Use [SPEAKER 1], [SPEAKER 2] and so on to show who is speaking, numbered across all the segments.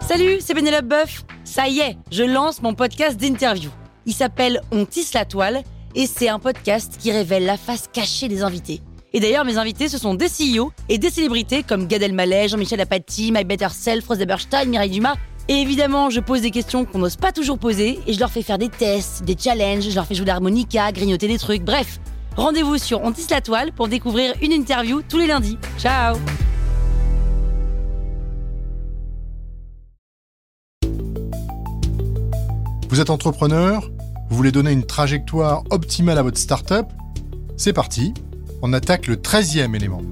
[SPEAKER 1] Salut, c'est Pénélope Boeuf. Ça y est, je lance mon podcast d'interview. Il s'appelle On tisse la toile et c'est un podcast qui révèle la face cachée des invités. Et d'ailleurs, mes invités, ce sont des CEO et des célébrités comme Gad Elmaleh, Jean-Michel Apathy, My Better Self, Rose Eberstein, Mireille Dumas. Et évidemment, je pose des questions qu'on n'ose pas toujours poser et je leur fais faire des tests, des challenges, je leur fais jouer l'harmonica, grignoter des trucs, bref. Rendez-vous sur On tisse la toile pour découvrir une interview tous les lundis. Ciao!
[SPEAKER 2] Vous êtes entrepreneur, vous voulez donner une trajectoire optimale à votre start-up? C'est parti, on attaque le 13e élément.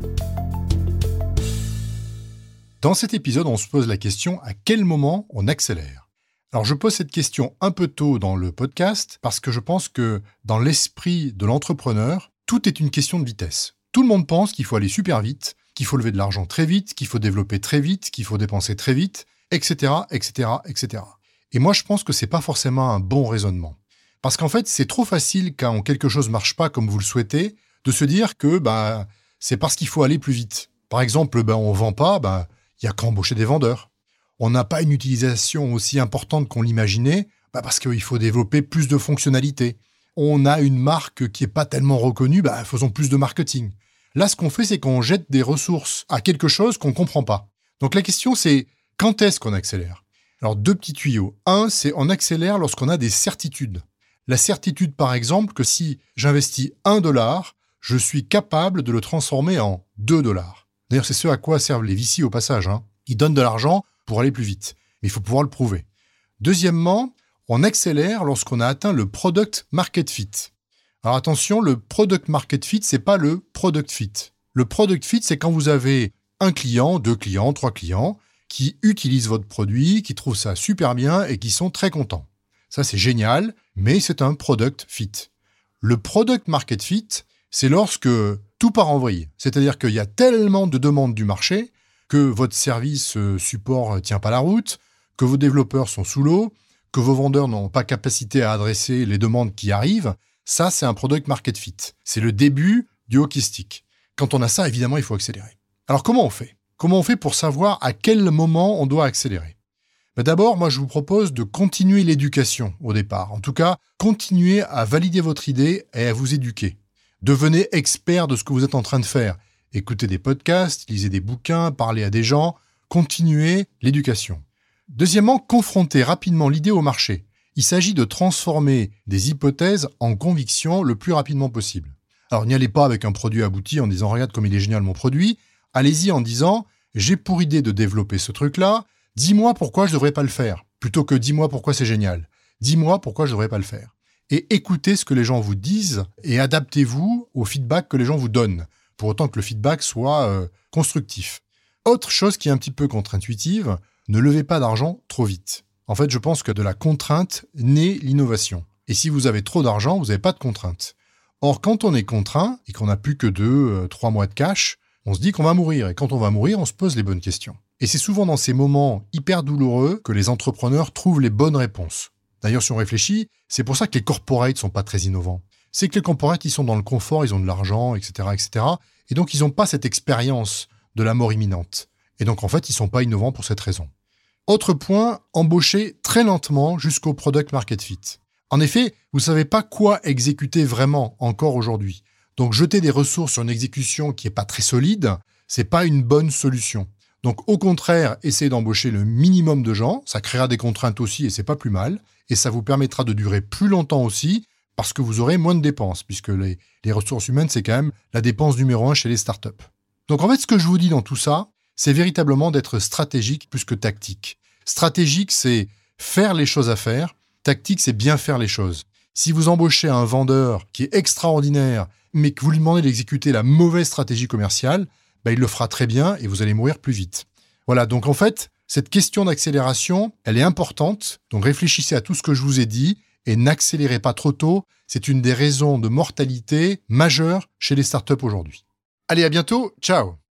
[SPEAKER 2] Dans cet épisode, on se pose la question à quel moment on accélère. Alors je pose cette question un peu tôt dans le podcast parce que je pense que dans l'esprit de l'entrepreneur, tout est une question de vitesse. Tout le monde pense qu'il faut aller super vite, qu'il faut lever de l'argent très vite, qu'il faut développer très vite, qu'il faut dépenser très vite, etc., etc., etc. Et moi, je pense que c'est pas forcément un bon raisonnement. Parce qu'en fait, c'est trop facile quand quelque chose marche pas comme vous le souhaitez, de se dire que c'est parce qu'il faut aller plus vite. Par exemple, on vend pas, il y a qu'à embaucher des vendeurs. On n'a pas une utilisation aussi importante qu'on l'imaginait, parce qu'il faut développer plus de fonctionnalités. On a une marque qui est pas tellement reconnue, faisons plus de marketing. Là, ce qu'on fait, c'est qu'on jette des ressources à quelque chose qu'on comprend pas. Donc la question, c'est quand est-ce qu'on accélère ? Alors, 2 petits tuyaux. Un, c'est on accélère lorsqu'on a des certitudes. La certitude, par exemple, que si j'investis $1, je suis capable de le transformer en $2. D'ailleurs, c'est ce à quoi servent les VC au passage. Ils donnent de l'argent pour aller plus vite. Mais il faut pouvoir le prouver. Deuxièmement, on accélère lorsqu'on a atteint le product market fit. Alors attention, le product market fit, c'est pas le product fit. Le product fit, c'est quand vous avez 1 client, 2 clients, 3 clients, qui utilisent votre produit, qui trouvent ça super bien et qui sont très contents. Ça, c'est génial, mais c'est un product fit. Le product market fit, c'est lorsque tout part en vrille. C'est-à-dire qu'il y a tellement de demandes du marché que votre service support tient pas la route, que vos développeurs sont sous l'eau, que vos vendeurs n'ont pas capacité à adresser les demandes qui arrivent. Ça, c'est un product market fit. C'est le début du hockey stick. Quand on a ça, évidemment, il faut accélérer. Alors, comment on fait ? Comment on fait pour savoir à quel moment on doit accélérer ? D'abord, moi, je vous propose de continuer l'éducation au départ. En tout cas, continuez à valider votre idée et à vous éduquer. Devenez expert de ce que vous êtes en train de faire. Écoutez des podcasts, lisez des bouquins, parlez à des gens. Continuez l'éducation. Deuxièmement, confrontez rapidement l'idée au marché. Il s'agit de transformer des hypothèses en convictions le plus rapidement possible. Alors, n'y allez pas avec un produit abouti en disant « Regarde comme il est génial mon produit ». Allez-y en disant « J'ai pour idée de développer ce truc-là, dis-moi pourquoi je ne devrais pas le faire », plutôt que « Dis-moi pourquoi c'est génial ». Dis-moi pourquoi je ne devrais pas le faire. Et écoutez ce que les gens vous disent et adaptez-vous au feedback que les gens vous donnent, pour autant que le feedback soit constructif. Autre chose qui est un petit peu contre-intuitive, ne levez pas d'argent trop vite. En fait, je pense que de la contrainte naît l'innovation. Et si vous avez trop d'argent, vous n'avez pas de contrainte. Or, quand on est contraint et qu'on n'a plus que 2-3 mois de cash, on se dit qu'on va mourir, et quand on va mourir, on se pose les bonnes questions. Et c'est souvent dans ces moments hyper douloureux que les entrepreneurs trouvent les bonnes réponses. D'ailleurs, si on réfléchit, c'est pour ça que les corporates sont pas très innovants. C'est que les corporates, ils sont dans le confort, ils ont de l'argent, etc., etc. Et donc, ils n'ont pas cette expérience de la mort imminente. Et donc, en fait, ils sont pas innovants pour cette raison. Autre point, embaucher très lentement jusqu'au product market fit. En effet, vous savez pas quoi exécuter vraiment encore aujourd'hui. Donc, jeter des ressources sur une exécution qui n'est pas très solide, c'est pas une bonne solution. Donc, au contraire, essayez d'embaucher le minimum de gens. Ça créera des contraintes aussi et c'est pas plus mal. Et ça vous permettra de durer plus longtemps aussi parce que vous aurez moins de dépenses puisque les ressources humaines, c'est quand même la dépense numéro 1 chez les startups. Donc, en fait, ce que je vous dis dans tout ça, c'est véritablement d'être stratégique plus que tactique. Stratégique, c'est faire les choses à faire. Tactique, c'est bien faire les choses. Si vous embauchez un vendeur qui est extraordinaire, mais que vous lui demandez d'exécuter la mauvaise stratégie commerciale, il le fera très bien et vous allez mourir plus vite. Voilà, donc en fait, cette question d'accélération, elle est importante. Donc réfléchissez à tout ce que je vous ai dit et n'accélérez pas trop tôt. C'est une des raisons de mortalité majeure chez les startups aujourd'hui. Allez, à bientôt. Ciao.